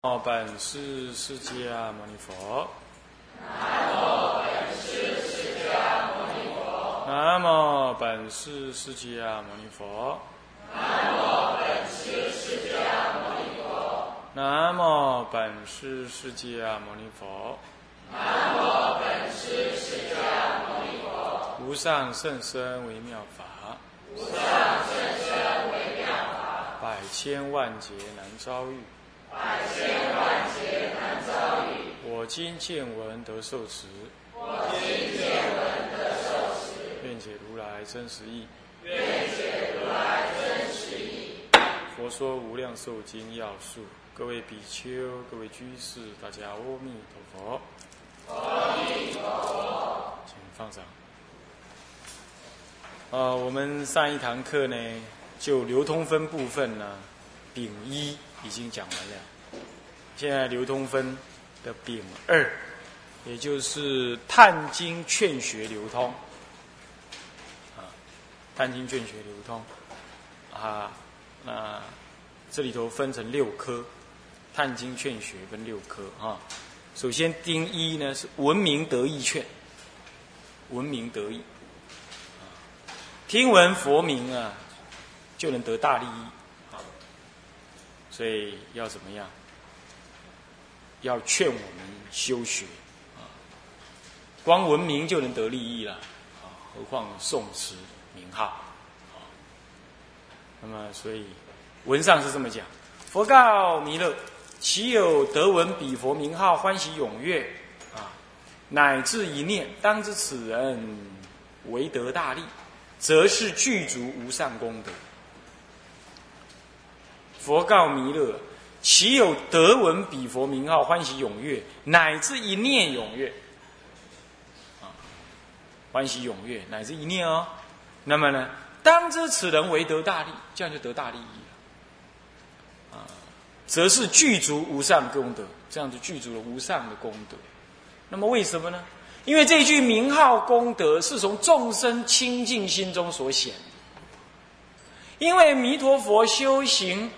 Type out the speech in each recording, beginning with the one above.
本师释迦牟尼佛。南无本师释迦牟尼佛。南无本师释迦牟尼佛。无上甚深微妙法。百千万劫难遭遇。我今见闻得受持。愿解如来真实义。佛说无量寿经要素。各位比丘、各位居士，大家阿弥陀佛。请放掌。我们上一堂课呢，就流通分部分呢，丙一已经讲完了。现在流通分的丙二，也就是探经劝学流通。探经劝学流通那这里头分成6科，探经劝学分6科首先丁一呢是闻名得义劝，闻名得义听闻佛名就能得大利益所以要怎么样？要劝我们修学光闻名就能得利益了何况诵持名号那么所以文上是这么讲：佛告弥勒，其有得闻彼佛名号，欢喜踊跃乃至一念，当知此人为得大利，则是具足无上功德。佛告弥勒，其有得闻彼佛名号，欢喜踊跃，乃至一念踊跃欢喜踊跃乃至一念那么呢，当知此人为得大利，这样就得大利益了则是具足无上功德，这样就具足了无上的功德。那么为什么呢？因为这句名号功德是从众生清净心中所显的。因为弥陀佛修行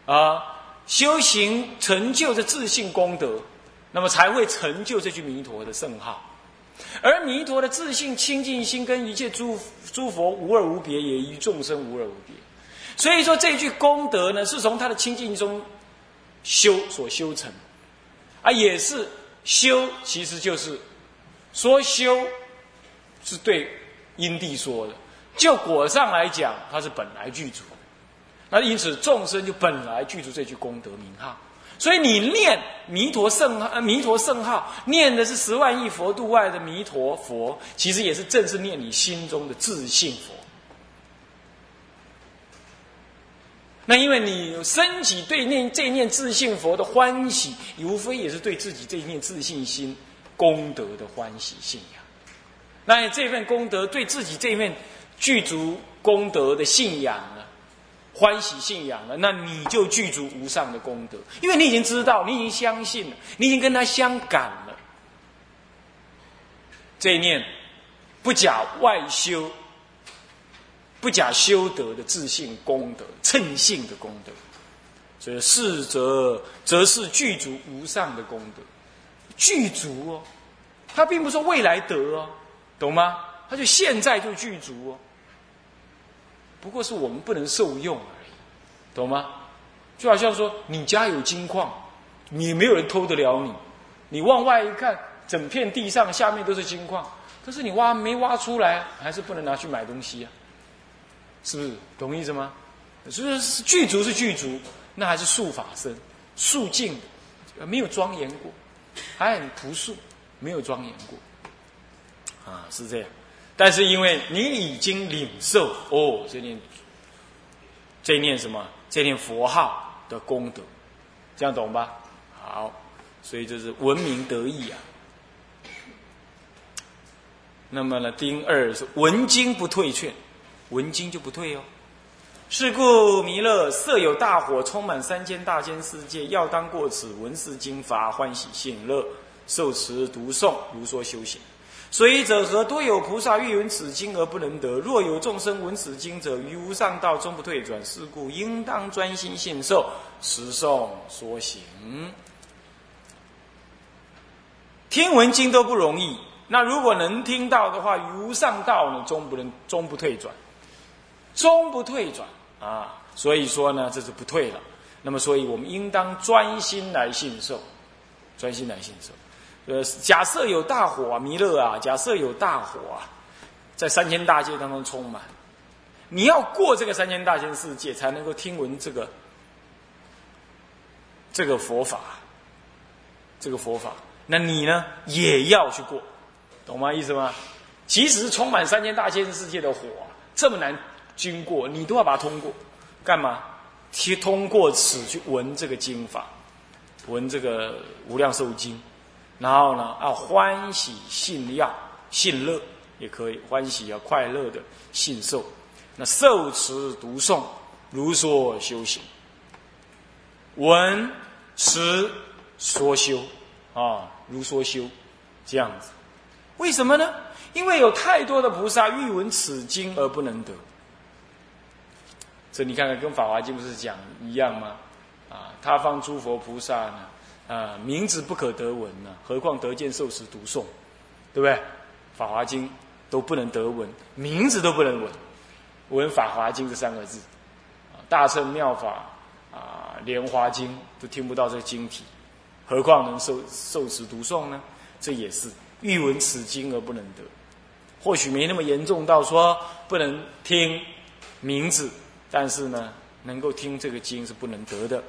成就的自性功德，那么才会成就这句弥陀的圣号。而弥陀的自性清净心跟一切诸佛无二无别，也与众生无二无别。所以说这句功德呢，是从他的清净中所修成也是修，其实就是说修是对因地说的，就果上来讲，它是本来具足的。那因此众生就本来具足这句功德名号。所以你念弥陀圣号，念的是10万亿佛度外的弥陀佛，其实也是正是念你心中的自性佛。那因为你升起对这念自性佛的欢喜，无非也是对自己这一念自信心功德的欢喜信仰。那这份功德对自己这一面具足功德的信仰呢，欢喜信仰了，那你就具足无上的功德，因为你已经知道，你已经相信了，你已经跟他相感了。这一念不假外修，不假修德的自性功德，称性的功德，所以是则是具足无上的功德，具足他并不是说未来得懂吗？他就现在就具足不过是我们不能受用而已，懂吗？就好像说你家有金矿，你没有人偷得了你，你往外一看，整片地上下面都是金矿，可是你没挖出来，还是不能拿去买东西是不是？懂意思吗？所以具足是具足，那还是素法身，素净的，没有庄严过，还很朴素，没有庄严过是这样。但是因为你已经领受这念什么？这念佛号的功德，这样懂吧？好，所以这是闻名得义那么呢，丁二是闻经不退劝，闻经就不退是故弥勒设有大火，充满3间大千世界，要当过此，闻是经法，欢喜信乐，受持读诵，如说修行。随者何？多有菩萨欲闻此经而不能得。若有众生闻此经者，于无上道终不退转。是故应当专心信受，持诵说行。 听闻经都不容易。那如果能听到的话，于无上道呢，终不退转，终不退转啊！所以说呢，这是不退了。那么，所以我们应当专心来信受，专心来信受。假设有大火啊，弥勒啊，假设有大火啊，在三千大界当中充满，你要过这个三千大千世界，才能够听闻这个佛法，这个佛法。那你呢，也要去过，懂吗？意思吗？即使是充满三千大千世界的火啊，这么难经过，你都要把它通过，干嘛？通过此去闻这个经法，闻这个无量寿经。然后呢，欢喜信要信乐也可以，欢喜快乐的信受。那受持读诵，如说修行，闻持说修啊，如说修，这样子。为什么呢？因为有太多的菩萨欲闻此经而不能得。这你看看，跟《法华经》不是讲一样吗？他方诸佛菩萨呢，名字不可得闻呢，何况得见受持读诵，对不对？《法华经》都不能得闻，名字都不能闻，闻《法华经》这三个字，大乘妙法莲华经都听不到这个经体，何况能受持读诵呢？这也是欲闻此经而不能得。或许没那么严重到说不能听名字，但是呢，能够听这个经是不能得的，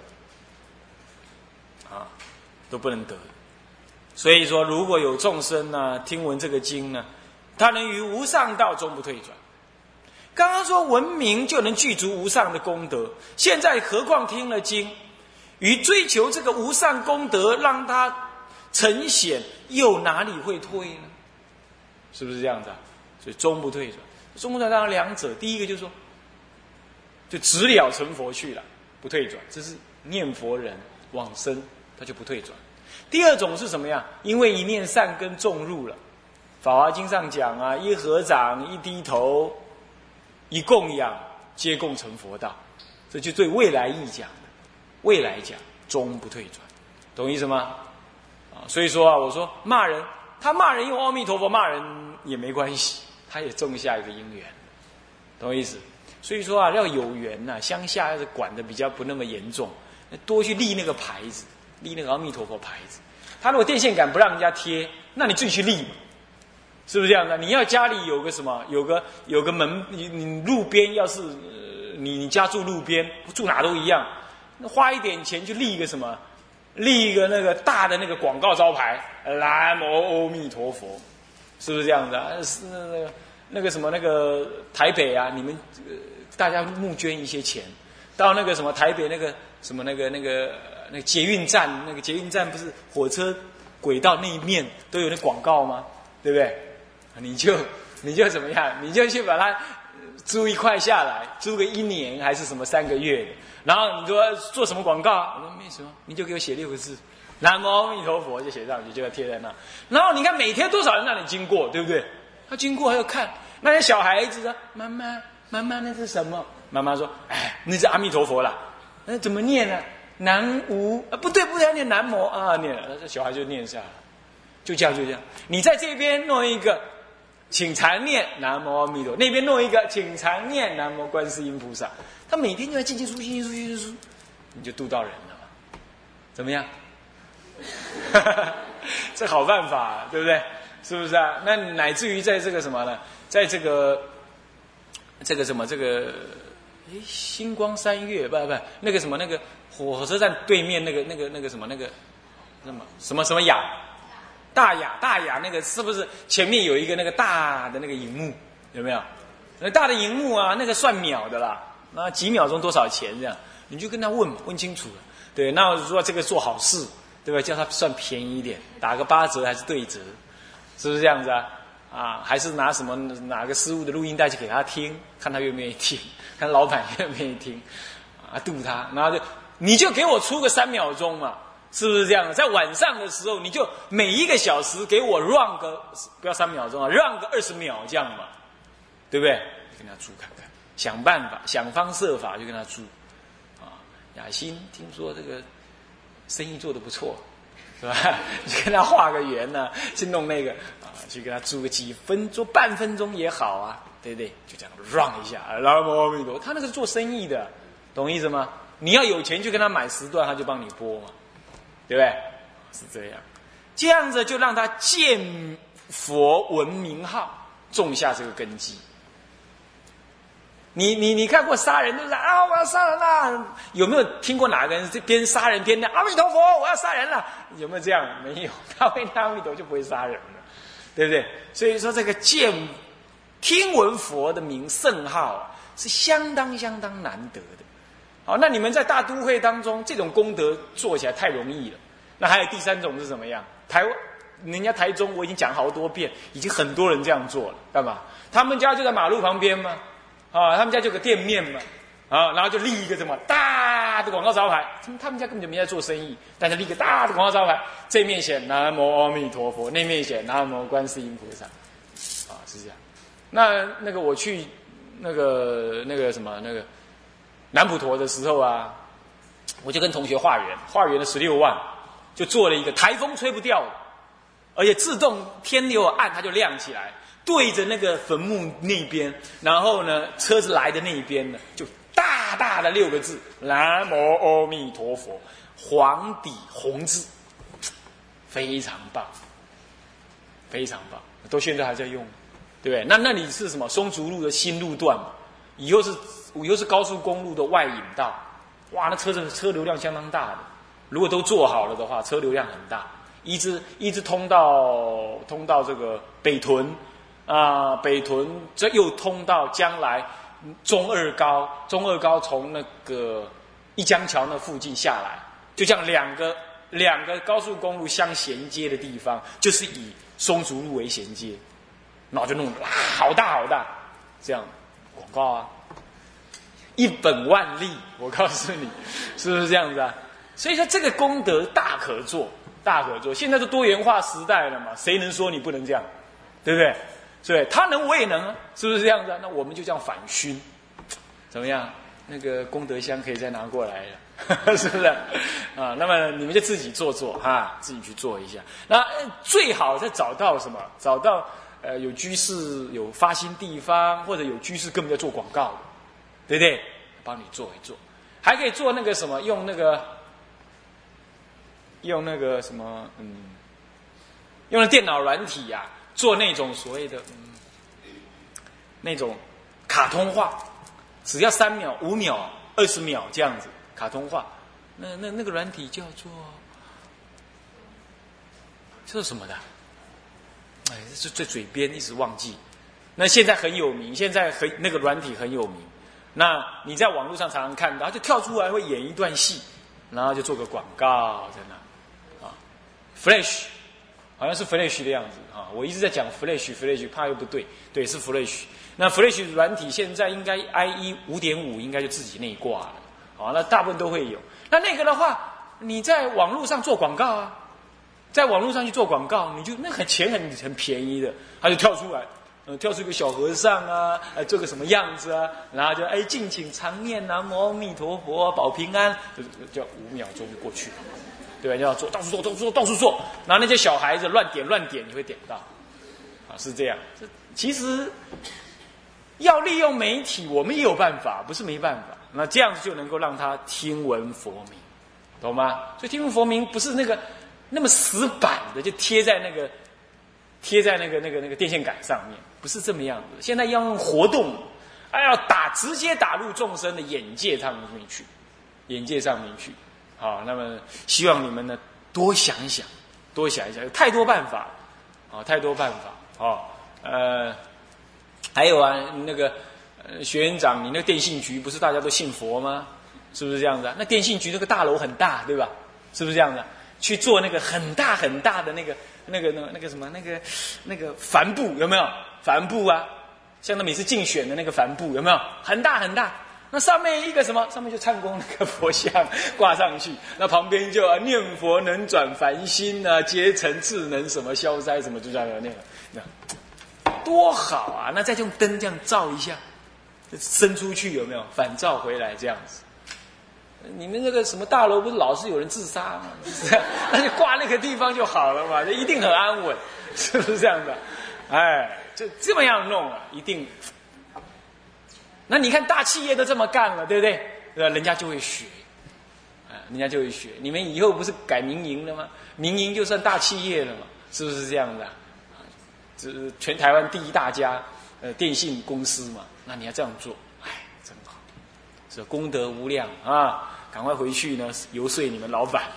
都不能得。所以说，如果有众生呢，听闻这个经呢，他能于无上道终不退转。刚刚说闻名就能具足无上的功德，现在何况听了经，于追求这个无上功德，让它呈现，又哪里会退呢？是不是这样子啊？所以终不退转。终不退转当然两者，第一个就是说，就直了成佛去了，不退转，这是念佛人往生，他就不退转。第二种是什么样？因为一念善根种入了，《法华经》上讲啊，一合掌，一低头，一供养，皆共成佛道。这就对未来义讲的，未来讲终不退转，懂意思吗？所以说我说骂人，他骂人用阿弥陀佛骂人也没关系，他也种下一个因缘，懂意思？所以说要有缘乡下要是管的比较不那么严重，多去立那个牌子，立那个阿弥陀佛牌子。他如果电线杆不让人家贴，那你自己去立嘛，是不是这样的？你要家里有个什么，有个门，你路边要是你家住路边，住哪都一样，花一点钱去立一个什么，立一个那个大的那个广告招牌，南无阿弥陀佛，是不是这样的？那个什么那个台北啊，你们大家募捐一些钱，到那个什么台北那个什么那个捷运站，那个捷运站不是火车轨道那一面都有那广告吗？对不对？你就怎么样？你就去把它租一块下来，租个1年还是什么3个月的，然后你说做什么广告？我说没什么，你就给我写6个字，南无阿弥陀佛就写上去，就要贴在那。然后你看每天多少人让你经过，对不对？他经过还要看，那些小孩子说：“妈妈，那是什么？”妈妈说：“哎，那是阿弥陀佛啦。”那怎么念呢？南无不对，要念南无啊，念了，这小孩就念下来，就这样。你在这边弄一个，请常念南无阿弥陀，那边弄一个，请常念南无观世音菩萨。他每天就在进书，你就度到人了嘛？怎么样？这好办法，对不对？是不是啊？那乃至于在这个什么呢？在这个星光三月不那个什么那个火车站对面那个什么雅大雅那个是不是前面有一个那个大的那个荧幕？有没有？那大的荧幕啊，那个算秒的啦，那几秒钟多少钱这样？你就跟他问清楚了。对，那我说这个做好事，对吧？叫他算便宜一点，打个8折还是对折，是不是这样子啊？还是拿哪个师父的录音带去给他听，看他愿不愿意听，看老板愿不愿意听，度他，然后你就给我出个3秒钟嘛，是不是这样的？在晚上的时候，你就每1个小时给我 run 个不要3秒钟run 个20秒这样嘛，对不对？跟他租看看，想办法，想方设法就跟他租。雅欣听说这个生意做得不错， 是吧？去跟他画个圆呢、去弄那个啊，去跟他租个几分钟、半分钟也好啊，对不对？就这样 run 一下，南无阿弥陀佛。他那个是做生意的，懂意思吗？你要有钱就跟他买时段，他就帮你播嘛，对不对？是这样，这样子就让他见佛闻名号，种下这个根基。你看过杀人都是啊，我要杀人了，有没有听过哪个人边杀人边念阿弥陀佛，我要杀人了？有没有这样？没有，他会念阿弥陀就不会杀人了，对不对？所以说这个听闻佛的名圣号是相当难得的。好，那你们在大都会当中，这种功德做起来太容易了。那还有第三种是怎么样？人家台中我已经讲好多遍，已经很多人这样做了，干嘛？他们家就在马路旁边嘛。啊，他们家就有个店面嘛，啊，然后就立一个什么大的广告招牌，他们家根本就没在做生意，但是立个大的广告招牌，这面写南无阿弥陀佛，那面写南无观世音菩萨，啊，是这样。那个我去那个南普陀的时候啊，我就跟同学化缘了16万，就做了一个台风吹不掉的，而且自动天有暗它就亮起来。对着那个坟墓那边，然后呢，车子来的那一边呢，就大大的6个字“南无阿弥陀佛”，黄底红字，非常棒，非常棒，都现在还在用，对不对？那里是什么？松竹路的新路段嘛，以后是高速公路的外引道，哇，那车流量相当大的，如果都做好了的话，车流量很大，一直通到这个北屯。北屯这又通到将来中二高从那个一江桥那附近下来，就这样两个高速公路相衔接的地方，就是以松竹路为衔接，然后就弄得好大，这样广告啊，一本万利，我告诉你，是不是这样子啊？所以说这个功德大可做，现在都多元化时代了嘛，谁能说你不能这样，对不对？对，他能我也能啊，是不是这样子啊？那我们就这样反熏，怎么样？那个功德箱可以再拿过来了，是不是？啊，那么你们就自己做啊，自己去做一下。那最好再找到什么？找到有居士有发心地方，或者有居士根本在做广告的，对不对？帮你做一做，还可以做那个什么，用那个什么，用了电脑软体呀。做那种所谓的那种卡通画，只要3秒、5秒、20秒这样子卡通画，那个软体叫做什么的？哎，这最嘴边一直忘记。那现在很有名，那个软体很有名。那你在网络上常常看到，就跳出来会演一段戏，然后就做个广告在那啊 ，Flash。好像是 Flash 的样子啊！我一直在讲 Flash， 怕又不对，对，是 Flash。那 Flash 软体现在应该 IE 5.5应该就自己内挂了，好，那大部分都会有。那个的话，你在网络上做广告啊，在网络上去做广告，你就那钱很便宜的，他就跳出来，跳出一个小和尚啊，做个什么样子啊，然后就敬请常念南无阿弥陀佛，保平安，就5秒钟就过去了。对，要做到处做，然后那些小孩子乱点，你会点到，啊，是这样。其实要利用媒体，我们也有办法，不是没办法。那这样子就能够让他听闻佛名，懂吗？所以听闻佛名不是那么死板的，就贴在那个电线杆上面，不是这么样的。现在要用活动，直接打入众生的眼界上面去。好，那么希望你们呢多想一想，有太多办法，还有啊，那个学院长，你那个电信局不是大家都信佛吗？是不是这样子啊？那电信局那个大楼很大，对吧？是不是这样子啊？去做那个很大的那个帆布，有没有？帆布啊，像他每次竞选的那个帆布，有没有？很大。那上面一个什么？上面就唱功那个佛像挂上去，那旁边就念佛能转凡心啊，皆成智能什么消灾什么，就这样那多好啊！那再用灯这样照一下，伸出去有没有？反照回来这样子， 你们那个什么大楼不是老是有人自杀吗？是这样，那就挂那个地方就好了嘛，一定很安稳，是不是这样的？哎，就这么样弄啊，一定。那你看大企业都这么干了，对不对？人家就会学，人家就会学。你们以后不是改民营了吗？民营就算大企业了嘛，是不是这样的？这是全台湾第一大家电信公司嘛，那你要这样做，哎，真好，这功德无量啊！赶快回去呢，游说你们老板。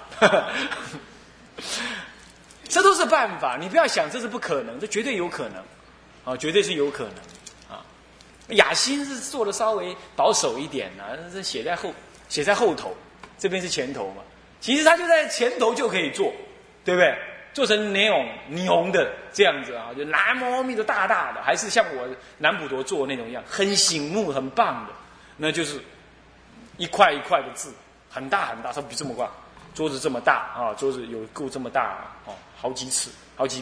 这都是办法，你不要想这是不可能，这绝对有可能，啊，绝对是有可能啊。雅心是做的稍微保守一点啊，这写在后头，这边是前头嘛，其实它就在前头就可以做，对不对？做成neon的这样子啊，就南无阿弥陀大大的，还是像我南普陀做的那种一样，很醒目、很棒的，那就是一块一块的字，很大很大，它比这么高，桌子这么大啊，桌子有够这么大哦，好几尺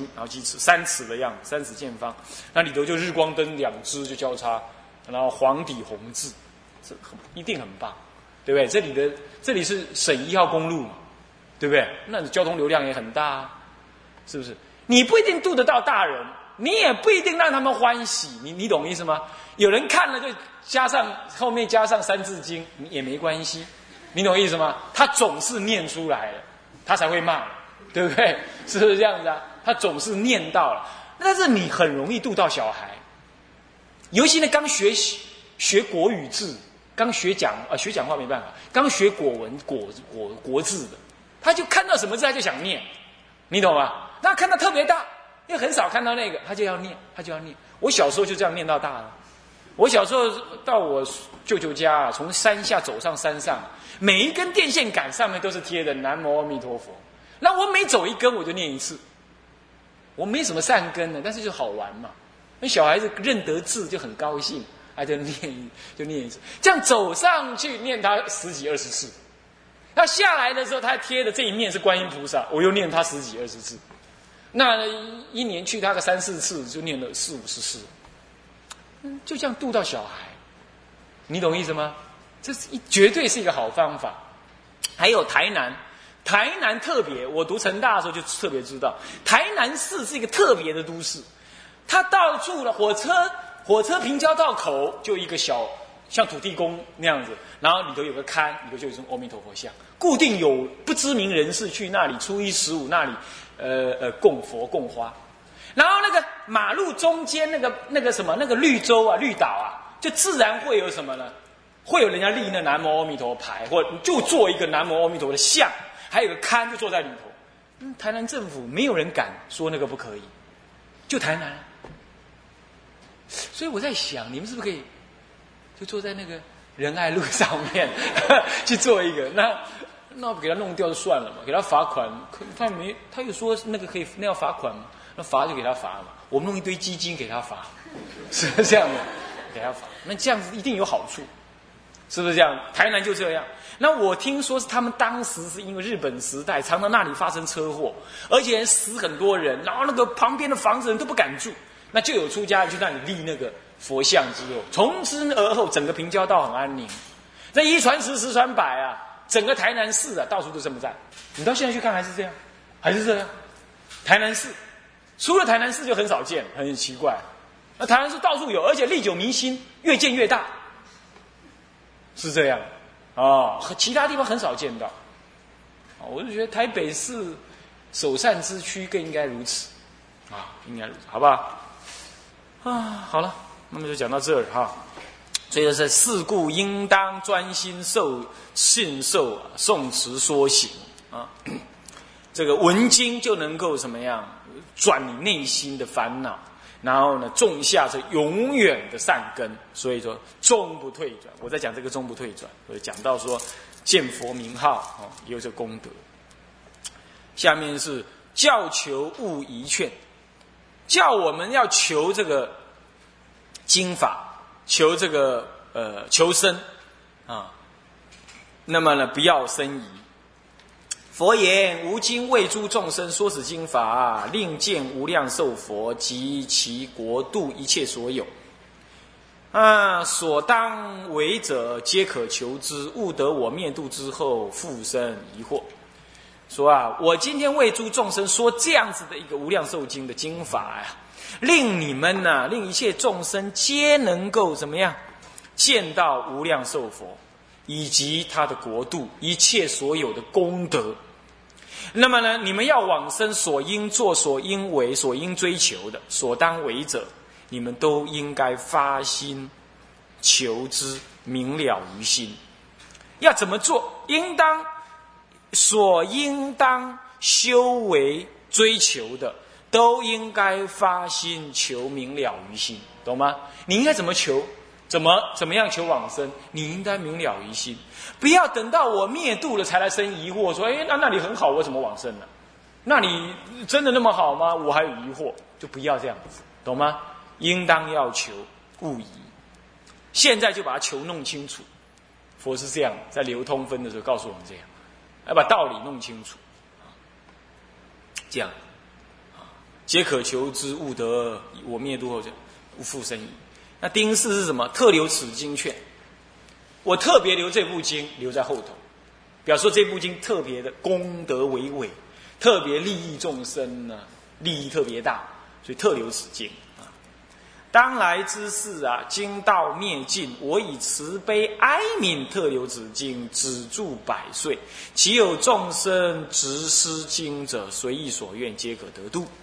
，3尺的样子，3尺见方，那里头就日光灯2只就交叉，然后黄底红字，这一定很棒，对不对？这里是省1号公路嘛，对不对？那交通流量也很大啊。是不是？你不一定度得到大人，你也不一定让他们欢喜，你懂意思吗？有人看了就后面加上3字经也没关系，你懂意思吗？他总是念出来了，他才会骂，对不对？是不是这样子啊？他总是念到了，但是你很容易度到小孩，尤其呢刚学国语字，刚学讲话没办法，刚学国文国字的，他就看到什么字他就想念，你懂吗？那看到特别大，因为很少看到那个，他就要念。我小时候就这样念到大了。我小时候到我舅舅家，从山下走上山上，每一根电线杆上面都是贴的南无阿弥陀佛。那我每走一根我就念一次。我没什么善根的，但是就好玩嘛。那小孩子认得字就很高兴，他就念一次。这样走上去念他10几20次。那下来的时候，他贴的这一面是观音菩萨，我又念他10几20次。那一年去他个3、4次，就念了40、50次，就这样度到小孩，你懂意思吗？这是绝对是一个好方法。还有台南特别，我读成大的时候就特别知道，台南市是一个特别的都市，它到处的火车平交道口就一个小像土地公那样子，然后里头有个龛，里头就有一尊阿弥陀佛像，固定有不知名人士去那里，初一15那里供佛供花，然后那个马路中间那个什么那个绿洲啊绿岛啊，就自然会有什么呢？会有人家立那南无阿弥陀牌，或就做一个南无阿弥陀的像，还有个龛就坐在里头。台南政府没有人敢说那个不可以，就台南。所以我在想，你们是不是可以就坐在那个仁爱路上面去做一个？那给他弄掉就算了嘛，给他罚款。他有说那个可以那要罚款吗？那罚就给他罚嘛。我们弄一堆基金给他罚，是不是这样的？给他罚，那这样子一定有好处，是不是这样？台南就这样。那我听说是他们当时是因为日本时代常常那里发生车祸，而且死很多人，然后那个旁边的房子人都不敢住，那就有出家人去那里立那个佛像之后，从此而后整个平交道很安宁。这一传十，十传百啊，整个台南市啊到处都这么在。你到现在去看还是这样，还是这样。台南市除了台南市就很少见，很奇怪。那台南市到处有，而且历久弥新，越建越大，是这样啊。其他地方很少见到。我就觉得台北市首善之区更应该如此啊，应该如此，好不好？好了，那么就讲到这儿哈。所以就是是故应当专心信受诵持说行啊。这个闻经就能够怎么样转你内心的烦恼，然后呢种下这永远的善根。所以说终不退转。我在讲这个终不退转，我讲到说见佛名号也有这功德。下面是教求勿疑劝，叫我们要求这个经法，求这个求生啊。那么呢，不要生疑。佛言：吾今为诸众生说此经法，令见无量寿佛及其国度一切所有。 所当为者，皆可求之。悟得我灭度之后，复生疑惑。说啊，我今天为诸众生说这样子的一个无量寿经的经法呀，令你们呢，令一切众生皆能够怎么样，见到无量寿佛，以及他的国度，一切所有的功德。那么呢，你们要往生所应做、所应为、所应追求的，所当为者，你们都应该发心求之，明了于心。要怎么做？应当修为追求的，都应该发心求明了于心，懂吗？你应该怎么求？怎么样求往生？你应该明了于心，不要等到我灭度了才来生疑惑，说那里很好，我怎么往生呢？那你真的那么好吗？我还有疑惑，就不要这样子，懂吗？应当要求，勿疑。现在就把它求弄清楚。佛是这样，在流通分的时候告诉我们这样，要把道理弄清楚。这样，皆可求之，悟得我灭度后者，无复生疑。那丁四是什么？特留此经劝，我特别留这部经留在后头，表示这部经特别的功德为伟，特别利益众生呢，利益特别大，所以特留此经啊。当来之事啊，经道灭尽，我以慈悲哀悯特留此经，止住百岁。其有众生执失经者，随意所愿，皆可得度。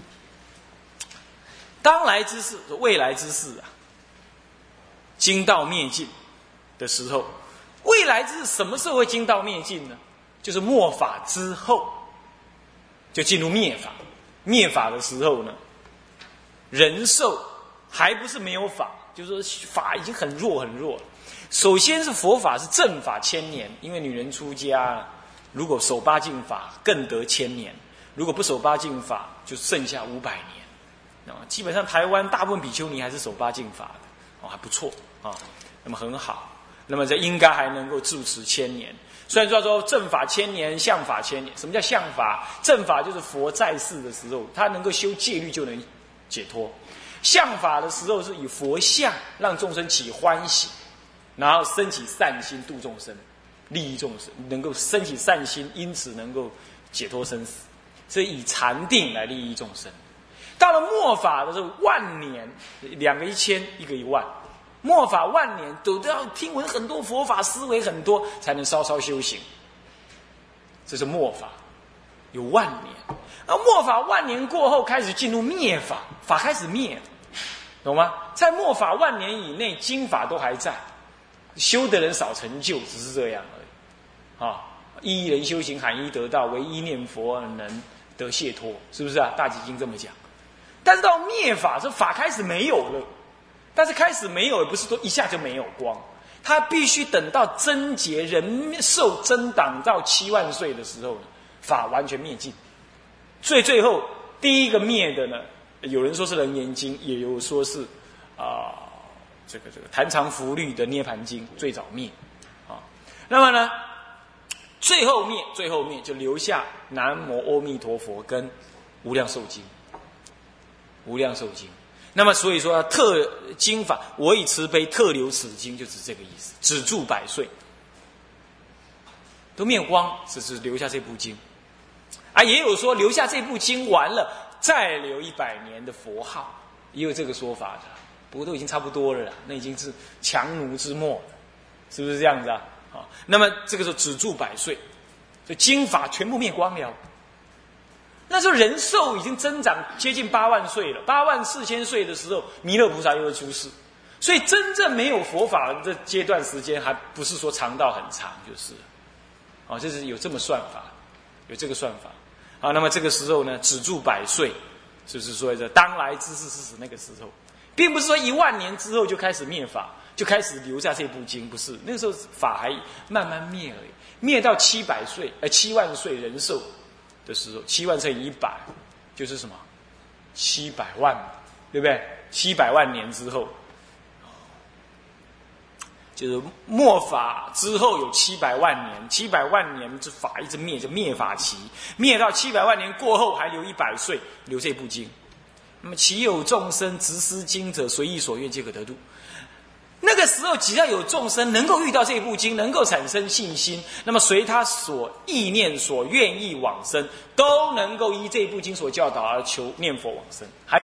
当来之事，未来之事啊。经道灭尽的时候，未来之什么时候会经道灭尽呢？就是末法之后，就进入灭法。灭法的时候呢，人寿还不是没有法，就是说法已经很弱很弱了。首先是佛法是正法1000年，因为女人出家，如果守八敬法更得1000年，如果不守八敬法就剩下500年。基本上台湾大部分比丘尼还是守八敬法的。还不错啊，那么很好，那么这应该还能够住持1000年。虽然说正法1000年，相法1000年。什么叫相法？正法就是佛在世的时候，他能够修戒律就能解脱；相法的时候是以佛相让众生起欢喜，然后升起善心度众生，利益众生，能够升起善心，因此能够解脱生死。所以以禅定来利益众生。到了末法的时候，10000年，2个1000，一个10000，末法10000年都要听闻很多佛法，思维很多，才能稍稍修行。这是末法，有10000年。而末法10000年过后，开始进入灭法，法开始灭，懂吗？在末法10000年以内，经法都还在，修的人少成就，只是这样而已。一人修行，罕一得道，唯一念佛能得解脱，是不是啊？大集经这么讲。但是到灭法，这法开始没有了，但是开始没有，也不是说一下就没有光，它必须等到增劫人寿增长到7万岁的时候，法完全灭尽。最后第一个灭的呢，有人说是《楞严经》，也有说是这个坛常福律的《涅盘经》最早灭啊。那么呢，最后灭就留下南无阿弥陀佛跟无量寿经。无量寿经，那么所以说特经法，我以慈悲特留此经，就指这个意思，止住百岁，都灭光，只是留下这部经。也有说留下这部经完了，再留100年的佛号，也有这个说法的。不过都已经差不多了啦，那已经是强弩之末了，是不是这样子啊？那么这个时候止住百岁，所以经法全部灭光了。那时候人寿已经增长接近8万岁了，84000岁的时候，弥勒菩萨又会出世，所以真正没有佛法的这阶段时间，还不是说长到很长，就是了。就是有这么算法，有这个算法。那么这个时候呢，止住百岁，就是说这当来之事是指那个时候，并不是说10000年之后就开始灭法，就开始留下这部经，不是，那个时候法还慢慢灭而已，灭到700岁，7万岁人寿的时候，7万乘以100，就是什么？700万，对不对？700万年之后，就是末法之后有700万年，700万年之法一直灭，就灭法期，灭到700万年过后还留100岁，留这部经。那么其有众生执思经者，随意所愿皆可得度。 那个时候，只要有众生能够遇到这部经，能够产生信心，那么随他所意念、所愿意往生，都能够依这部经所教导而求念佛往生。还